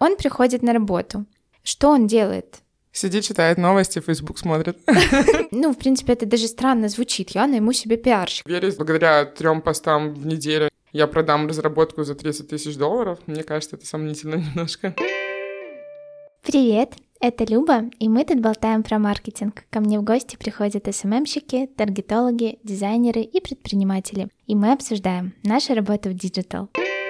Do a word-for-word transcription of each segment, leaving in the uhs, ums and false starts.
Он приходит на работу. Что он делает? Сидит, читает новости, Facebook смотрит. Ну, в принципе, это даже странно звучит. Я найму себе пиарщик. Верю, благодаря трем постам в неделю я продам разработку за тридцать тысяч долларов. Мне кажется, это сомнительно немножко. Привет, это Люба, и мы тут болтаем про маркетинг. Ко мне в гости приходят эс эм эм-щики, таргетологи, дизайнеры и предприниматели. И мы обсуждаем нашу работу в диджитал.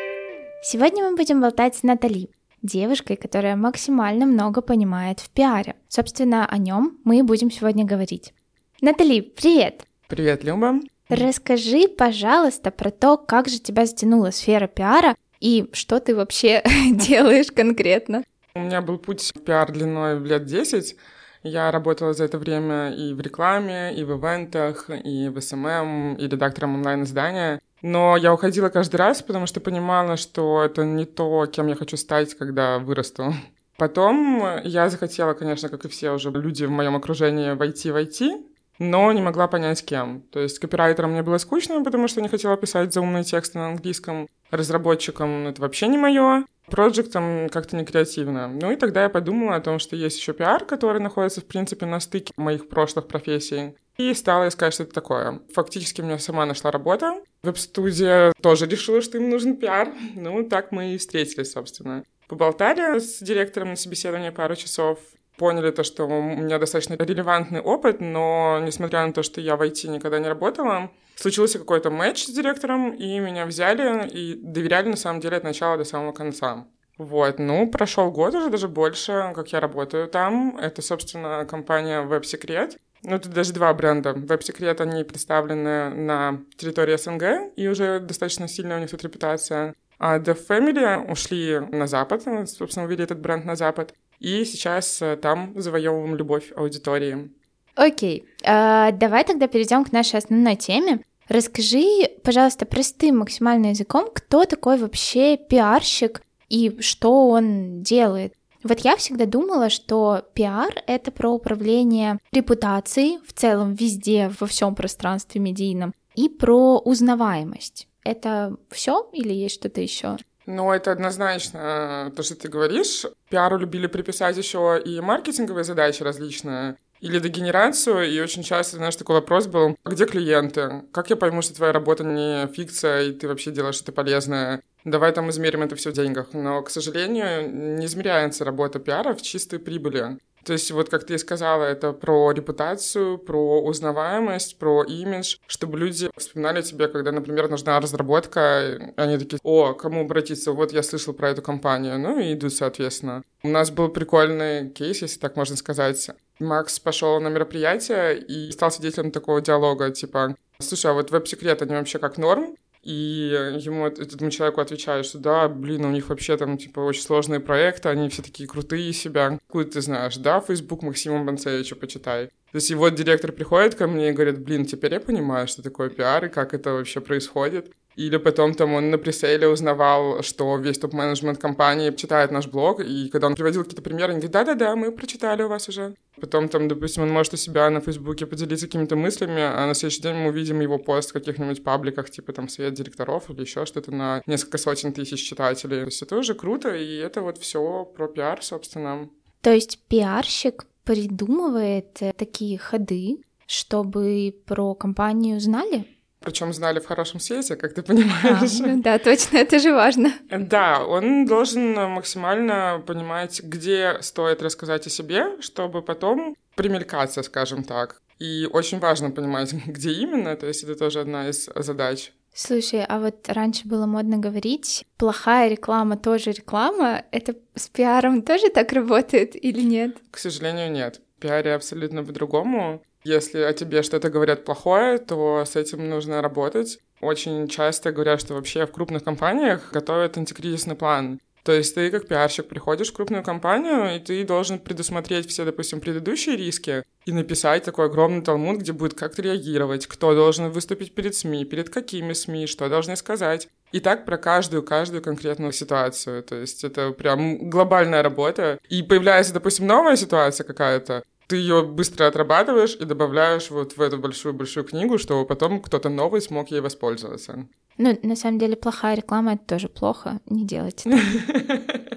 Сегодня мы будем болтать с Натали, девушкой, которая максимально много понимает в пиаре. Собственно, о нем мы и будем сегодня говорить. Натали, привет! Привет, Люба! Расскажи, пожалуйста, про то, как же тебя затянула сфера пиара и что ты вообще делаешь конкретно. У меня был путь в пиар длиной в лет десять. Я работала за это время и в рекламе, и в ивентах, и в эс эм эм, и редактором онлайн-издания. Но я уходила каждый раз, потому что понимала, что это не то, кем я хочу стать, когда вырасту. Потом я захотела, конечно, как и все уже люди в моем окружении, войти в ай ти, но не могла понять, кем. То есть копирайтером мне было скучно, потому что не хотела писать заумные тексты на английском. Разработчиком это вообще не мое. Проджектом как-то не креативно. Ну и тогда я подумала о том, что есть еще пиар, который находится, в принципе, на стыке моих прошлых профессий. И стала искать, что это такое. Фактически меня сама нашла работа. Веб-студия тоже решила, что им нужен пиар. Ну, так мы и встретились, собственно. Поболтали с директором на собеседовании пару часов. Поняли то, что у меня достаточно релевантный опыт, но, несмотря на то, что я в ай ти никогда не работала, случился какой-то матч с директором, и меня взяли и доверяли, на самом деле, от начала до самого конца. Вот, ну, прошел год уже, даже больше, как я работаю там. Это, собственно, компания WebSecret. Ну, тут даже два бренда. WebSecret, они представлены на территории эс эн гэ, и уже достаточно сильная у них тут репутация. А Dev Family ушли на Запад, собственно, увели этот бренд на Запад. И сейчас там завоевываем любовь аудитории. Окей, а, давай тогда перейдем к нашей основной теме. Расскажи, пожалуйста, простым максимально языком, кто такой вообще пиарщик и что он делает. Вот я всегда думала, что пиар — это про управление репутацией в целом везде, во всем пространстве медийном, и про узнаваемость. Это все или есть что-то еще? Ну, это однозначно то, что ты говоришь. Пиару любили приписать еще и маркетинговые задачи различные, и лидогенерацию, и очень часто, знаешь, такой вопрос был: где клиенты? Как я пойму, что твоя работа не фикция, и ты вообще делаешь что-то полезное? Давай там измерим это все в деньгах. Но, к сожалению, не измеряется работа пиара в чистой прибыли. То есть, вот как ты и сказала, это про репутацию, про узнаваемость, про имидж, чтобы люди вспоминали тебе, когда, например, нужна разработка, они такие: о, кому обратиться? Вот я слышал про эту компанию. Ну и идут, соответственно. У нас был прикольный кейс, если так можно сказать. Макс пошел на мероприятие и стал свидетелем такого диалога, типа: слушай, а вот WebSecret, они вообще как норм? И ему, этому человеку отвечают, что да, блин, у них вообще там типа очень сложные проекты, они все такие крутые себя. Какую ты знаешь? Да, Facebook Максима Банцевича почитай. То есть и вот директор приходит ко мне и говорит: блин, теперь я понимаю, что такое пиар и как это вообще происходит. Или потом там он на пресейле узнавал, что весь топ-менеджмент компании читает наш блог, и когда он приводил какие-то примеры, он говорит: да-да-да, мы прочитали у вас уже. Потом там, допустим, он может у себя на Фейсбуке поделиться какими-то мыслями, а на следующий день мы увидим его пост в каких-нибудь пабликах, типа там совет директоров или еще что-то на несколько сотен тысяч читателей. То есть это уже круто, и это вот все про пиар, собственно. То есть пиарщик придумывает такие ходы, чтобы про компанию знали? Причем знали в хорошем свете, как ты понимаешь. А, ну да, точно, это же важно. Да, он должен максимально понимать, где стоит рассказать о себе, чтобы потом примелькаться, скажем так. И очень важно понимать, где именно, то есть это тоже одна из задач. Слушай, а вот раньше было модно говорить: плохая реклама тоже реклама. Это с пиаром тоже так работает или нет? К сожалению, нет. В пиаре абсолютно по-другому. Если о тебе что-то говорят плохое, то с этим нужно работать. Очень часто говорят, что вообще в крупных компаниях готовят антикризисный план. То есть ты как пиарщик приходишь в крупную компанию, и ты должен предусмотреть все, допустим, предыдущие риски и написать такой огромный талмуд, где будет как реагировать, кто должен выступить перед СМИ, перед какими СМИ, что должны сказать. И так про каждую-каждую конкретную ситуацию. То есть это прям глобальная работа. И появляется, допустим, новая ситуация какая-то, ты ее быстро отрабатываешь и добавляешь вот в эту большую-большую книгу, чтобы потом кто-то новый смог ей воспользоваться. Ну, на самом деле, плохая реклама — это тоже плохо, не делайте.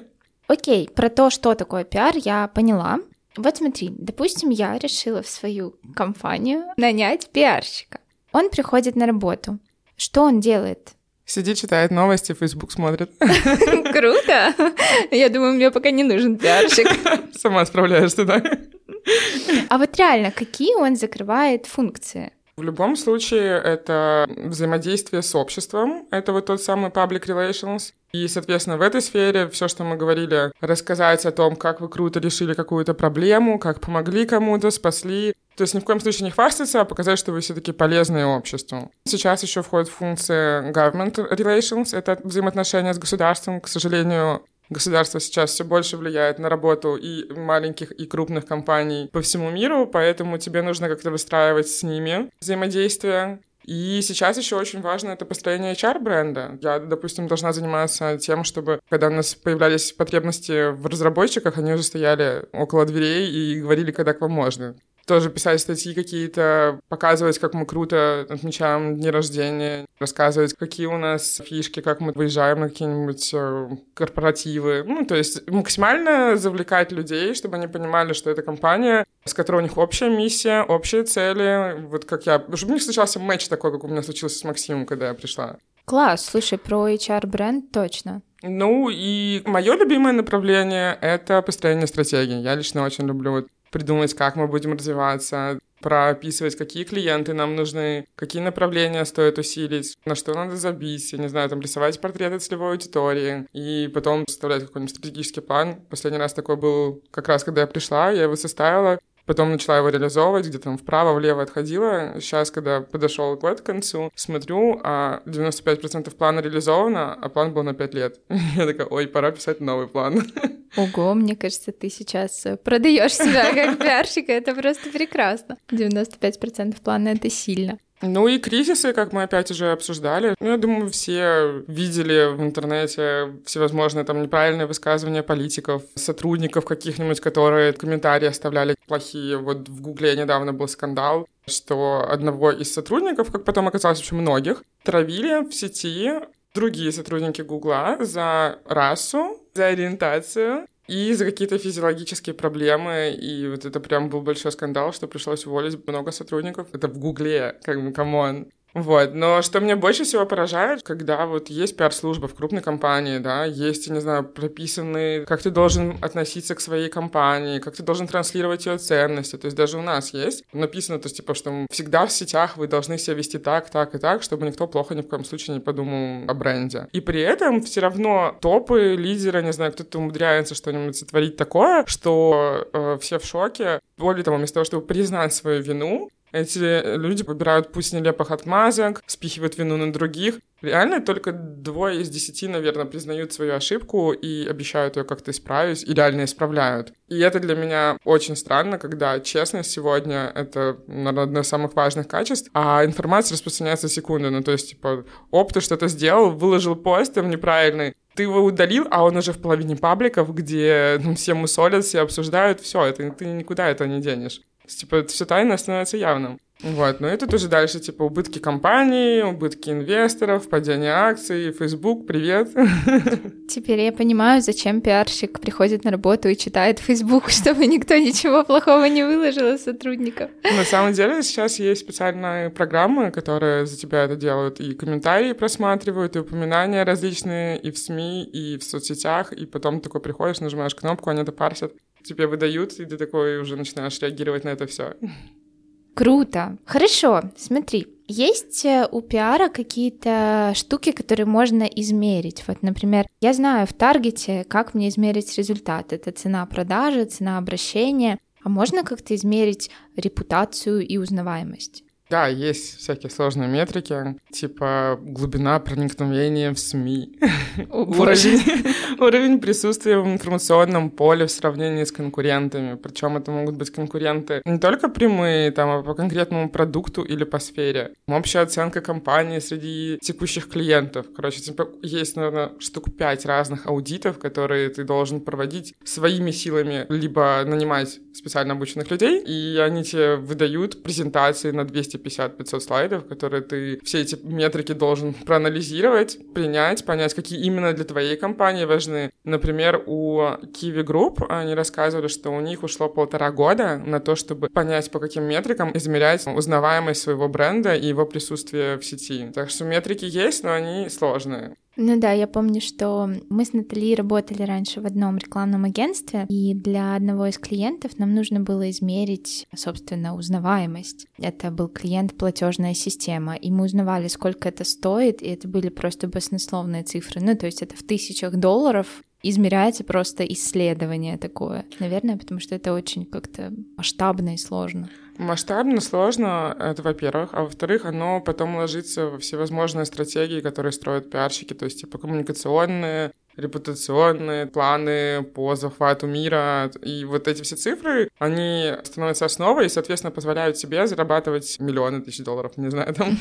Окей, про то, что такое пиар, я поняла. Вот смотри, допустим, я решила в свою компанию нанять пиарщика. Он приходит на работу. Что он делает? Сидит, читает новости, Facebook смотрит. Круто! Я думаю, мне пока не нужен пиарщик. Сама справляешься, да? А вот реально, какие он закрывает функции? В любом случае, это взаимодействие с обществом, это вот тот самый public relations. И, соответственно, в этой сфере все, что мы говорили, рассказать о том, как вы круто решили какую-то проблему, как помогли кому-то, спасли. То есть ни в коем случае не хвастаться, а показать, что вы все-таки полезны обществу. Сейчас еще входит функция government relations, это взаимоотношения с государством. К сожалению, государство сейчас все больше влияет на работу и маленьких, и крупных компаний по всему миру, поэтому тебе нужно как-то выстраивать с ними взаимодействие. И сейчас еще очень важно это построение эйч ар-бренда. Я, допустим, должна заниматься тем, чтобы, когда у нас появлялись потребности в разработчиках, они уже стояли около дверей и говорили, когда к вам можно. Тоже писать статьи какие-то, показывать, как мы круто отмечаем дни рождения, рассказывать, какие у нас фишки, как мы выезжаем на какие-нибудь корпоративы. Ну, то есть максимально завлекать людей, чтобы они понимали, что это компания, с которой у них общая миссия, общие цели. Вот как я... Чтобы у них случался матч такой, как у меня случился с Максимом, когда я пришла. Класс, слушай, про эйч ар-бренд точно. Ну, и мое любимое направление — это построение стратегий. Я лично очень люблю вот придумать, как мы будем развиваться, прописывать, какие клиенты нам нужны, какие направления стоит усилить, на что надо забить, я не знаю, там рисовать портреты целевой аудитории и потом составлять какой-нибудь стратегический план. Последний раз такой был как раз, когда я пришла, я его составила, потом начала его реализовывать, где-то там вправо-влево отходила. Сейчас, когда подошел год к концу, смотрю, а девяносто пять процентов плана реализовано, а план был на пять лет. Я такая, ой, пора писать новый план. Ого, мне кажется, ты сейчас продаешь себя как пиарщика, это просто прекрасно. девяносто пять процентов плана — это сильно. Ну и кризисы, как мы опять уже обсуждали. Ну, я думаю, все видели в интернете всевозможные там неправильные высказывания политиков, сотрудников каких-нибудь, которые комментарии оставляли плохие. Вот в Гугле недавно был скандал, что одного из сотрудников, как потом оказалось, очень многих, травили в сети другие сотрудники Гугла за расу, за ориентацию и за какие-то физиологические проблемы. И вот это прям был большой скандал, что пришлось уволить много сотрудников. Это в Гугле, как бы, камон. Вот, но что меня больше всего поражает, когда вот есть пиар-служба в крупной компании, да, есть, я не знаю, прописаны, как ты должен относиться к своей компании, как ты должен транслировать ее ценности, то есть даже у нас есть написано, то есть, типа, что всегда в сетях вы должны себя вести так, так и так, чтобы никто плохо ни в коем случае не подумал о бренде. И при этом все равно топы, лидеры, не знаю, кто-то умудряется что-нибудь сотворить такое, что э, все в шоке. Более того, вместо того, чтобы признать свою вину, эти люди выбирают путь нелепых отмазок, спихивают вину на других. Реально только двое из десяти, наверное, признают свою ошибку и обещают ее как-то исправить, и реально исправляют. И это для меня очень странно, когда честность сегодня — это, наверное, одно из самых важных качеств, а информация распространяется за секунду. Ну, то есть, типа, оп, ты что-то сделал, выложил пост там неправильный, ты его удалил, а он уже в половине пабликов, где ну, все мусолят, все обсуждают, все, это, ты никуда это не денешь. Типа, это все тайное становится явным. Вот, ну и тут уже дальше, типа, убытки компаний, убытки инвесторов, падение акций, Facebook, привет. Теперь я понимаю, зачем пиарщик приходит на работу и читает Facebook, чтобы никто ничего плохого не выложил из сотрудников. На самом деле сейчас есть специальные программы, которые за тебя это делают, и комментарии просматривают, и упоминания различные и в СМИ, и в соцсетях, и потом такой приходишь, нажимаешь кнопку, они это парсят, тебе выдают, и ты такой уже начинаешь реагировать на это все. Круто. Хорошо, смотри, есть у пиара какие-то штуки, которые можно измерить? Вот, например, я знаю в Таргете, как мне измерить результат. Это цена продажи, цена обращения. А можно как-то измерить репутацию и узнаваемость? Да, есть всякие сложные метрики, типа глубина проникновения в СМИ, уровень, уровень присутствия в информационном поле в сравнении с конкурентами. Причем это могут быть конкуренты не только прямые, там, а по конкретному продукту или по сфере. Общая оценка компании среди текущих клиентов. Короче, типа, есть, наверное, штук пять разных аудитов, которые ты должен проводить своими силами, либо нанимать специально обученных людей, и они тебе выдают презентации на двести пятьдесят-пятьсот слайдов, которые ты все эти метрики должен проанализировать, принять, понять, какие именно для твоей компании важны. Например, у Kiwi Group они рассказывали, что у них ушло полтора года на то, чтобы понять, по каким метрикам измерять узнаваемость своего бренда и его присутствие в сети. Так что метрики есть, но они сложные. Ну да, я помню, что мы с Натальей работали раньше в одном рекламном агентстве, и для одного из клиентов нам нужно было измерить, собственно, узнаваемость. Это был клиент платежная система, и мы узнавали, сколько это стоит, и это были просто баснословные цифры. Ну, то есть это в тысячах долларов измеряется просто исследование такое. Наверное, потому что это очень как-то масштабно и сложно. Масштабно, сложно, это во-первых, а во-вторых, оно потом ложится во всевозможные стратегии, которые строят пиарщики, то есть типа коммуникационные, репутационные планы по захвату мира. И вот эти все цифры, они становятся основой и, соответственно, позволяют себе зарабатывать миллионы тысяч долларов, не знаю, там.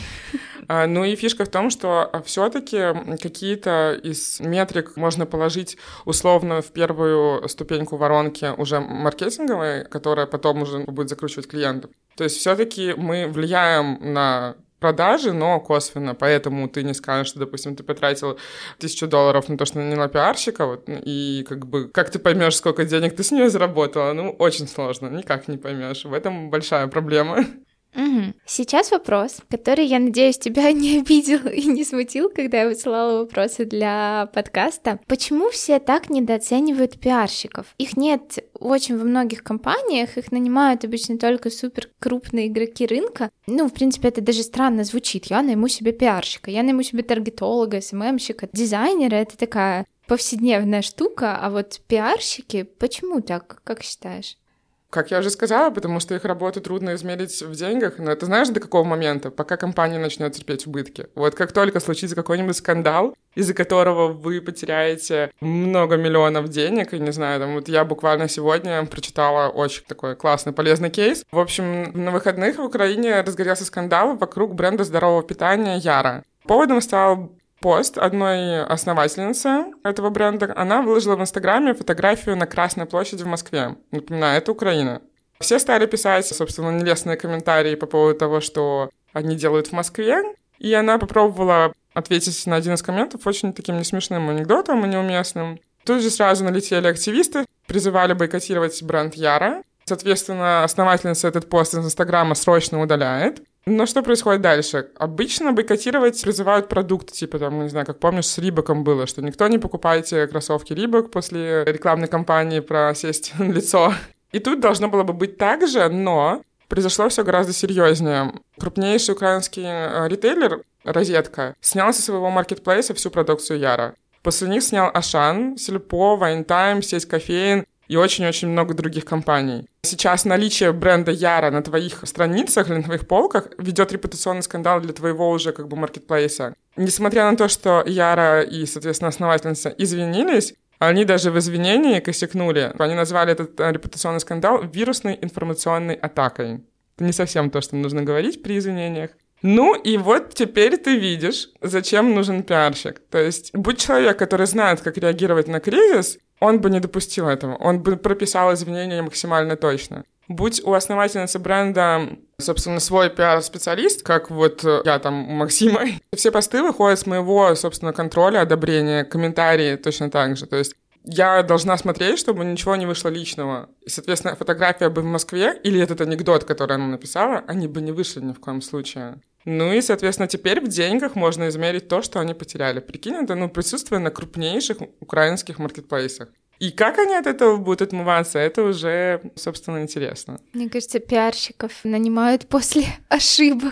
Ну и фишка в том, что все-таки какие-то из метрик можно положить условно в первую ступеньку воронки уже маркетинговой, которая потом уже будет закручивать клиентов. То есть все-таки мы влияем на продажи, но косвенно, поэтому ты не скажешь, что, допустим, ты потратил тысячу долларов на то, что наняла пиарщика, вот, и как бы, как ты поймешь, сколько денег ты с нее заработала? Ну, очень сложно, никак не поймешь. В этом большая проблема. Угу. Сейчас вопрос, который, я надеюсь, тебя не обидел и не смутил, когда я высылала вопросы для подкаста. Почему все так недооценивают пиарщиков? Их нет очень во многих компаниях, их нанимают обычно только супер крупные игроки рынка. Ну, в принципе, это даже странно звучит. Я найму себе пиарщика, я найму себе таргетолога, эс эм эм-щика, дизайнера. Это такая повседневная штука, а вот пиарщики, почему так, как считаешь? Как я уже сказала, потому что их работу трудно измерить в деньгах, но это знаешь до какого момента? Пока компания начнет терпеть убытки. Вот как только случится какой-нибудь скандал, из-за которого вы потеряете много миллионов денег, и не знаю, там вот я буквально сегодня прочитала очень такой классный, полезный кейс. В общем, на выходных в Украине разгорелся скандал вокруг бренда здорового питания Яра. Поводом стал пост одной основательницы этого бренда. Она выложила в Инстаграме фотографию на Красной площади в Москве. Напоминаю, это Украина. Все стали писать, собственно, нелестные комментарии по поводу того, что они делают в Москве. И она попробовала ответить на один из комментов очень таким несмешным анекдотом и неуместным. Тут же сразу налетели активисты, призывали бойкотировать бренд Яра. Соответственно, основательница этот пост из Инстаграма срочно удаляет. Но что происходит дальше? Обычно бойкотировать призывают продукт, типа, там, не знаю, как помнишь, с Рибоком было, что никто не покупайте кроссовки Рибок после рекламной кампании про сесть на лицо. И тут должно было бы быть так же, но произошло все гораздо серьезнее. Крупнейший украинский ритейлер «Розетка» снял со своего маркетплейса всю продукцию Яра. После них снял Ашан, Сельпо, Вайнтайм, сеть кофеин и очень-очень много других компаний. Сейчас наличие бренда Яра на твоих страницах или на твоих полках ведет репутационный скандал для твоего уже как бы маркетплейса. Несмотря на то, что Яра и, соответственно, основательница извинились, они даже в извинении косякнули. Они назвали этот репутационный скандал вирусной информационной атакой. Это не совсем то, что нужно говорить при извинениях. Ну и вот теперь ты видишь, зачем нужен пиарщик. То есть будь человек, который знает, как реагировать на кризис, он бы не допустил этого, он бы прописал извинения максимально точно. Будь у основательницы бренда, собственно, свой пиар-специалист, как вот я там у Максима, все посты выходят с моего, собственно, контроля, одобрения, комментарии точно так же. То есть я должна смотреть, чтобы ничего не вышло личного. И, соответственно, фотография бы в Москве или этот анекдот, который она написала, они бы не вышли ни в коем случае. Ну и, соответственно, теперь в деньгах можно измерить то, что они потеряли. Прикинь, это ну, присутствие на крупнейших украинских маркетплейсах. И как они от этого будут отмываться, это уже, собственно, интересно. Мне кажется, пиарщиков нанимают после ошибок.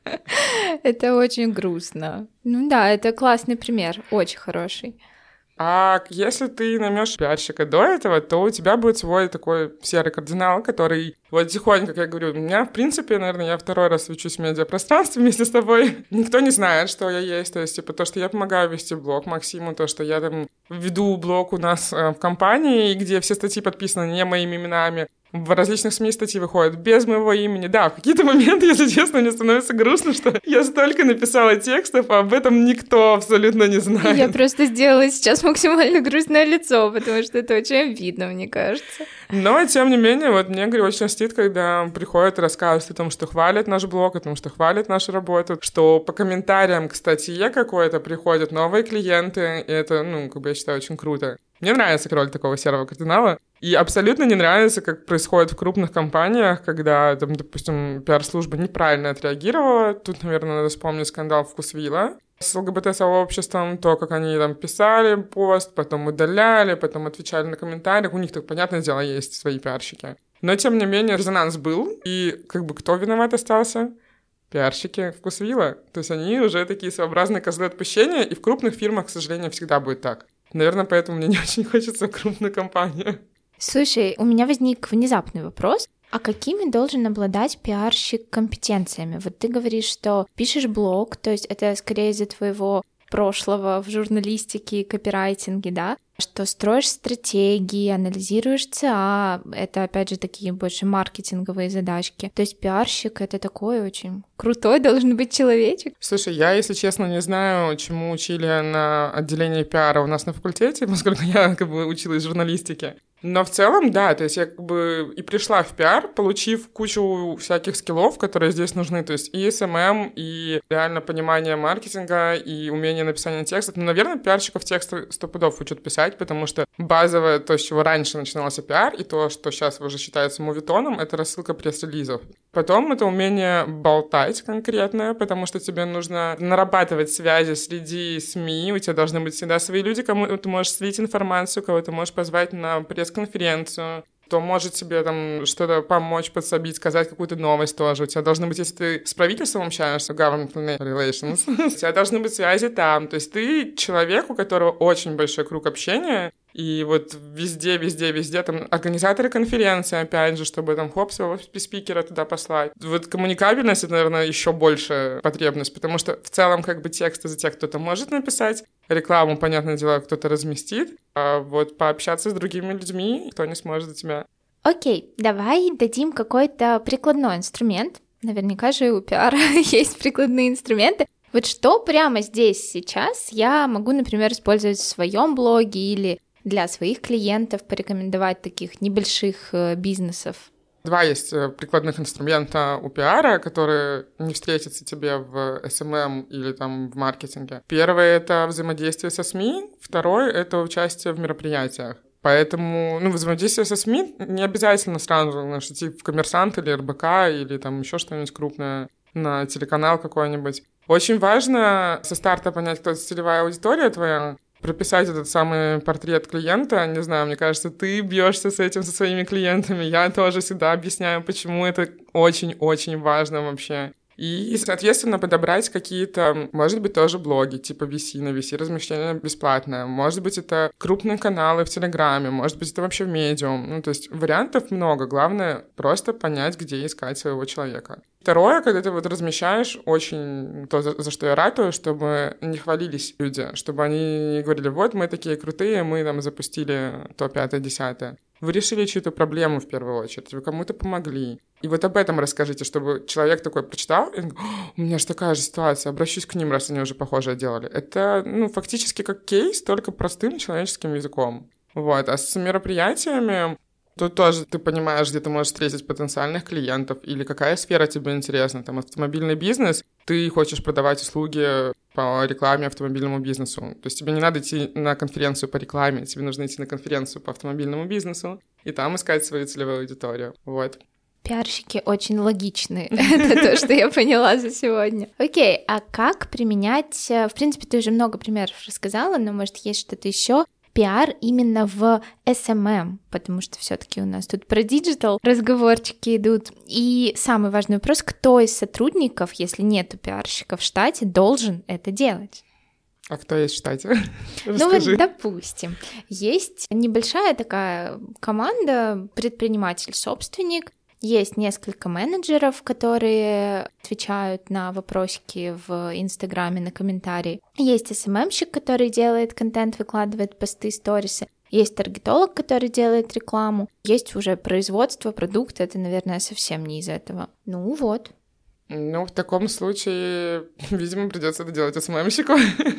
Это очень грустно. Ну да, это классный пример, очень хороший. А если ты наймешь пиарщика до этого, то у тебя будет свой такой серый кардинал, который вот тихонько, как я говорю, у меня, в принципе, наверное, я второй раз свечусь в медиапространстве вместе с тобой. Никто не знает, что я есть. То есть, типа, то, что я помогаю вести блог Максиму, то, что я там веду блог у нас э, в компании, где все статьи подписаны не моими именами. В различных СМИ статьи выходят без моего имени. Да, в какие-то моменты, если честно, мне становится грустно, что я столько написала текстов, а об этом никто абсолютно не знает. Я просто сделала сейчас максимально грустное лицо, потому что это очень обидно, мне кажется. Но, тем не менее, вот мне, говорю, очень стыд, когда приходят и рассказывают о том, что хвалят наш блог, о том, что хвалят нашу работу, что по комментариям к статье какой-то приходят новые клиенты, и это, ну, как бы я считаю, очень круто. Мне нравится роль такого серого кардинала, и абсолютно не нравится, как происходит в крупных компаниях, когда, там, допустим, пиар-служба неправильно отреагировала. Тут, наверное, надо вспомнить скандал Вкусвилла с ЛГБТ-сообществом, то, как они там писали пост, потом удаляли, потом отвечали на комментарии. У них, так, понятное дело, есть свои пиарщики. Но, тем не менее, резонанс был, и как бы кто виноват остался? Пиарщики Вкусвилла. То есть они уже такие своеобразные козлы отпущения, и в крупных фирмах, к сожалению, всегда будет так. Наверное, поэтому мне не очень хочется в крупную компанию. Слушай, у меня возник внезапный вопрос. А какими должен обладать пиарщик компетенциями? Вот ты говоришь, что пишешь блог, то есть это скорее из-за твоего прошлого в журналистике и копирайтинге, да? Что строишь стратегии, анализируешь ЦА, это, опять же, такие больше маркетинговые задачки. То есть пиарщик — это такой очень крутой должен быть человечек. Слушай, я, если честно, не знаю, чему учили на отделении пиара у нас на факультете, поскольку я как бы училась в журналистике. Но в целом, да, то есть я как бы и пришла в пиар, получив кучу всяких скиллов, которые здесь нужны, то есть и эс эм эм, и реально понимание маркетинга, и умение написания текстов. Ну, наверное, пиарщиков тексты сто пудов учат писать, потому что базовое, то, с чего раньше начинался пиар, и то, что сейчас уже считается мувитоном, это рассылка пресс-релизов. Потом это умение болтать конкретно, потому что тебе нужно нарабатывать связи среди СМИ, у тебя должны быть всегда свои люди, кому ты можешь слить информацию, кого ты можешь позвать на пресс-конференцию, кто может тебе там что-то помочь, подсобить, сказать какую-то новость тоже. У тебя должны быть, если ты с правительством общаешься, government relations, у тебя должны быть связи там. То есть ты человек, у которого очень большой круг общения, и вот везде, везде, везде, там, организаторы конференции, опять же, чтобы там, хоп, своего спикера туда послать. Вот коммуникабельность — это, наверное, еще больше потребность, потому что в целом, как бы, тексты за тебя кто-то может написать, рекламу, понятное дело, кто-то разместит, а вот пообщаться с другими людьми никто не сможет за тебя. Окей, давай дадим какой-то прикладной инструмент. Наверняка же у пиара есть прикладные инструменты. Вот что прямо здесь, сейчас я могу, например, использовать в своем блоге или для своих клиентов, порекомендовать таких небольших э, бизнесов? Два есть прикладных инструмента у пиара, которые не встретятся тебе в эс эм эм или там в маркетинге. Первый — это взаимодействие со СМИ, второй — это участие в мероприятиях. Поэтому, ну, взаимодействие со СМИ не обязательно сразу знаешь, идти в «Коммерсант» или эр бэ ка или там еще что-нибудь крупное, на телеканал какой-нибудь. Очень важно со старта понять, кто целевая аудитория твоя, прописать этот самый портрет клиента. Не знаю, мне кажется, ты бьешься с этим со своими клиентами. Я тоже всегда объясняю, почему это очень-очень важно вообще. И, соответственно, подобрать какие-то, может быть, тоже блоги, типа ви си, на ви си размещение бесплатное. Может быть, это крупные каналы в Телеграме, может быть, это вообще в Medium. Ну, то есть вариантов много. Главное просто понять, где искать своего человека. Второе, когда ты вот размещаешь, очень то, за, за что я ратую, чтобы не хвалились люди, чтобы они не говорили, вот мы такие крутые, мы там запустили то пятое, десятое. Вы решили чью-то проблему в первую очередь, вы кому-то помогли. И вот об этом расскажите, чтобы человек такой прочитал, и он говорит, у меня же такая же ситуация, обращусь к ним, раз они уже похожее делали. Это, ну, фактически как кейс, только простым человеческим языком. Вот. А с мероприятиями тут тоже ты понимаешь, где ты можешь встретить потенциальных клиентов или какая сфера тебе интересна. Там автомобильный бизнес, ты хочешь продавать услуги по рекламе автомобильному бизнесу. То есть тебе не надо идти на конференцию по рекламе, тебе нужно идти на конференцию по автомобильному бизнесу и там искать свою целевую аудиторию. Вот. Пиарщики очень логичны. Это то, что я поняла за сегодня. Окей, а как применять... В принципе, ты уже много примеров рассказала, но, может, есть что-то еще? Пиар именно в эс эм эм, потому что все-таки у нас тут про диджитал разговорчики идут. И самый важный вопрос, кто из сотрудников, если нету пиарщика в штате, должен это делать? А кто есть в штате? Ну вот, допустим, есть небольшая такая команда, предприниматель-собственник, есть несколько менеджеров, которые отвечают на вопросики в Инстаграме, на комментарии. Есть эс эм эм-щик, который делает контент, выкладывает посты, сторисы. Есть таргетолог, который делает рекламу, есть уже производство, продукт, это, наверное, совсем не из этого. Ну вот. Ну, в таком случае, видимо, придется это делать эс эм эм-щику.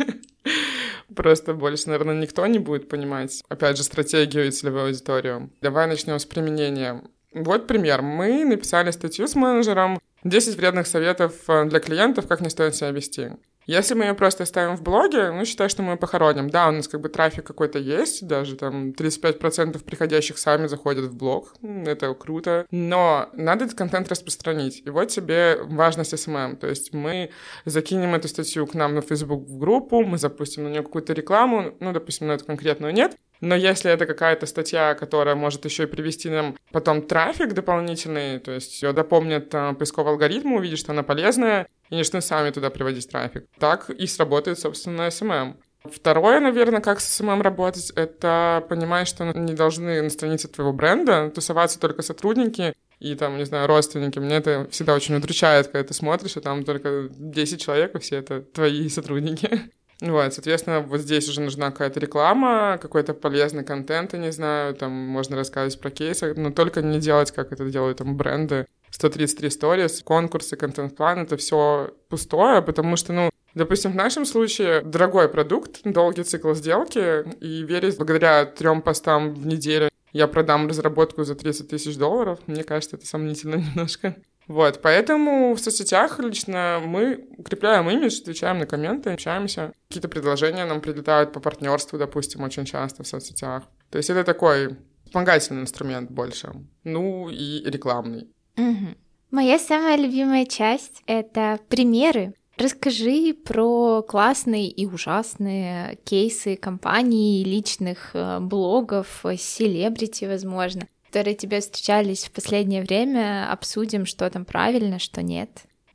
Просто больше, наверное, никто не будет понимать, опять же, стратегию и целевую аудиторию. Давай начнем с применения. Вот пример. Мы написали статью с менеджером десять вредных советов для клиентов, как не стоит себя вести. Если мы ее просто оставим в блоге, ну, считай, что мы ее похороним. Да, у нас как бы трафик какой-то есть, даже там тридцать пять процентов приходящих сами заходят в блог, это круто, но надо этот контент распространить. И вот тебе важность эс эм эм, то есть мы закинем эту статью к нам на Facebook в группу, мы запустим на нее какую-то рекламу, ну, допустим, на эту конкретную нет, но если это какая-то статья, которая может еще и привести нам потом трафик дополнительный, то есть ее допомнит поисковый алгоритм, увидит, что она полезная, и начнут сами туда приводить трафик. Так и сработает, собственно, эс эм эм. Второе, наверное, как с эс эм эм работать, это понимать, что не должны на странице твоего бренда тусоваться только сотрудники и там, не знаю, родственники. Мне это всегда очень удручает, когда ты смотришь, и там только десять человек, и все это твои сотрудники. Вот, соответственно, вот здесь уже нужна какая-то реклама, какой-то полезный контент, я не знаю, там можно рассказывать про кейсы, но только не делать, как это делают там бренды. сто тридцать три сторис, конкурсы, контент-план — это все пустое, потому что, ну, допустим, в нашем случае дорогой продукт, долгий цикл сделки, и верить благодаря трем постам в неделю я продам разработку за тридцать тысяч долларов, мне кажется, это сомнительно немножко. Вот, поэтому в соцсетях лично мы укрепляем имидж, отвечаем на комменты, общаемся. Какие-то предложения нам прилетают по партнерству, допустим, очень часто в соцсетях. То есть это такой вспомогательный инструмент больше. Ну и рекламный. Угу. Моя самая любимая часть — это примеры. Расскажи про классные и ужасные кейсы компаний, личных блогов, селебрити, возможно, которые тебе встречались в последнее время. Обсудим, что там правильно, что нет.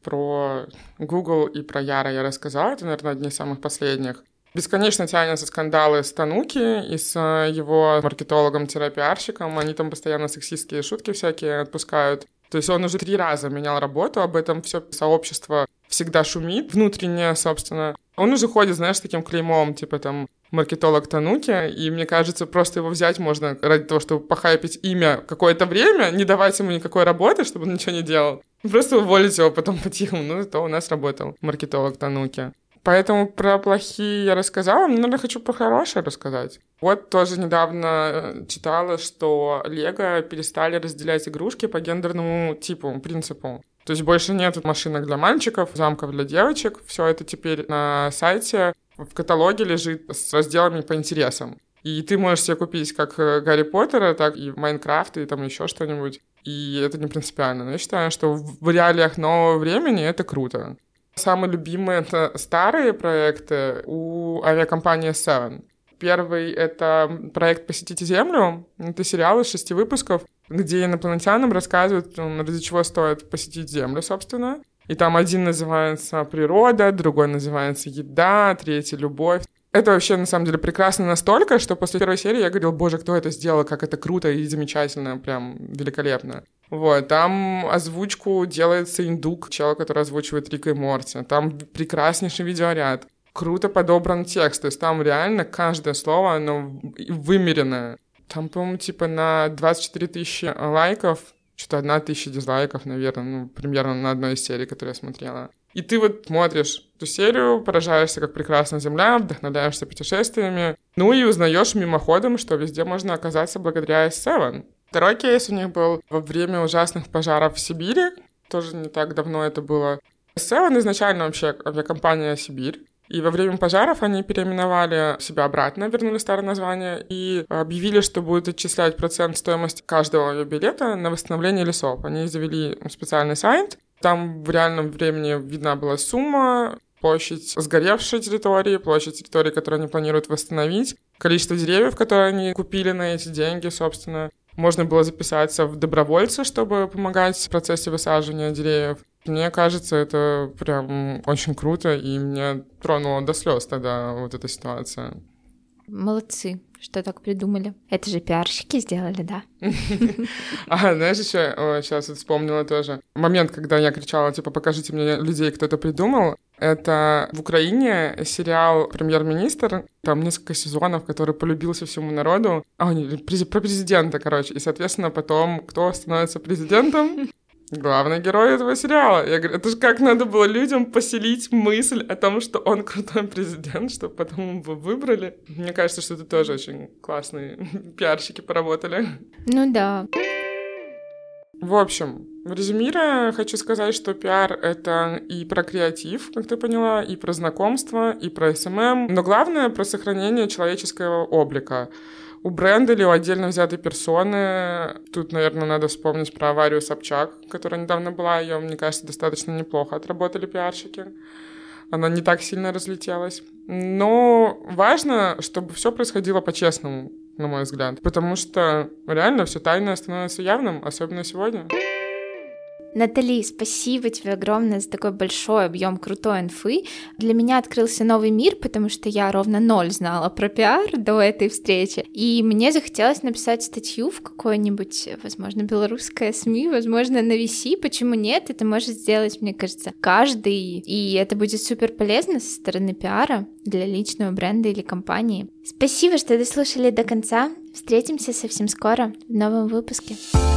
Про Google и про Яра я рассказала. Это, наверное, одни из самых последних. Бесконечно тянутся скандалы с Тануки и с его маркетологом-пиарщиком. Они там постоянно сексистские шутки всякие отпускают. То есть он уже три раза менял работу, об этом все сообщество всегда шумит, внутренне, собственно. Он уже ходит, знаешь, с таким клеймом, типа там маркетолог Тануки, и мне кажется, просто его взять можно ради того, чтобы похайпить имя какое-то время, не давать ему никакой работы, чтобы он ничего не делал. Просто уволить его потом по-тихому. Ну, это у нас работал маркетолог Тануки. Поэтому про плохие я рассказала, но, наверное, хочу про хорошие рассказать. Вот тоже недавно читала, что Лего перестали разделять игрушки по гендерному типу, принципу. То есть больше нет машинок для мальчиков, замков для девочек. Все это теперь на сайте в каталоге лежит с разделами по интересам. И ты можешь себе купить как Гарри Поттера, так и Майнкрафт, и там еще что-нибудь. И это не принципиально. Но я считаю, что в реалиях нового времени это круто. Самые любимые — это старые проекты у авиакомпании Seven. Первый — это проект «Посетите Землю». Это сериал из шести выпусков, где инопланетянам рассказывают, ради чего стоит посетить Землю, собственно. И там один называется «Природа», другой называется «Еда», третий «Любовь». Это вообще, на самом деле, прекрасно настолько, что после первой серии я говорил: боже, кто это сделал, как это круто и замечательно, прям великолепно. Вот, там озвучку делается индук, чел, который озвучивает Рика и Морти. Там прекраснейший видеоряд. Круто подобран текст, то есть там реально каждое слово, оно вымеренное. Там, по-моему, типа на двадцать четыре тысячи лайков, что-то одна тысяча дизлайков, наверное, ну, примерно на одной из серий, которую я смотрела. И ты вот смотришь эту серию, поражаешься, как прекрасна Земля, вдохновляешься путешествиями, ну и узнаешь мимоходом, что везде можно оказаться благодаря эс севен. Второй кейс у них был во время ужасных пожаров в Сибири, тоже не так давно это было. эс севен изначально вообще авиакомпания «Сибирь», и во время пожаров они переименовали себя обратно, вернули старое название и объявили, что будут отчислять процент стоимости каждого авиабилета на восстановление лесов. Они завели специальный сайт, там в реальном времени видна была сумма, площадь сгоревшей территории, площадь территории, которую они планируют восстановить, количество деревьев, которые они купили на эти деньги, собственно. Можно было записаться в добровольцы, чтобы помогать в процессе высаживания деревьев. Мне кажется, это прям очень круто, и меня тронуло до слез тогда вот эта ситуация. Молодцы, что так придумали. Это же пиарщики сделали, да? А, знаешь, еще сейчас вот вспомнила тоже момент, когда я кричала, типа, покажите мне людей, кто это придумал. Это в Украине сериал «Премьер-министр», там несколько сезонов, который полюбился всему народу. А, нет, про президента, короче. И, соответственно, потом кто становится президентом? Главный герой этого сериала. Я говорю, это же как надо было людям поселить мысль о том, что он крутой президент, чтобы потом его выбрали. Мне кажется, что это тоже очень классные пиарщики поработали. Ну да. В общем, резюмируя, хочу сказать, что пиар — это и про креатив, как ты поняла, и про знакомство, и про эс эм эм, но главное — про сохранение человеческого облика. У бренда или у отдельно взятой персоны, тут, наверное, надо вспомнить про аварию Собчак, которая недавно была, ее, мне кажется, достаточно неплохо отработали пиарщики. Она не так сильно разлетелась. Но важно, чтобы все происходило по-честному, на мой взгляд, потому что реально все тайное становится явным, особенно сегодня. Натали, спасибо тебе огромное за такой большой объем крутой инфы. Для меня открылся новый мир, потому что я ровно ноль знала про пиар до этой встречи. И мне захотелось написать статью в какое-нибудь, возможно, белорусское СМИ, возможно, на ви си. Почему нет? Это может сделать, мне кажется, каждый. И это будет супер полезно со стороны пиара для личного бренда или компании. Спасибо, что дослушали до конца. Встретимся совсем скоро в новом выпуске.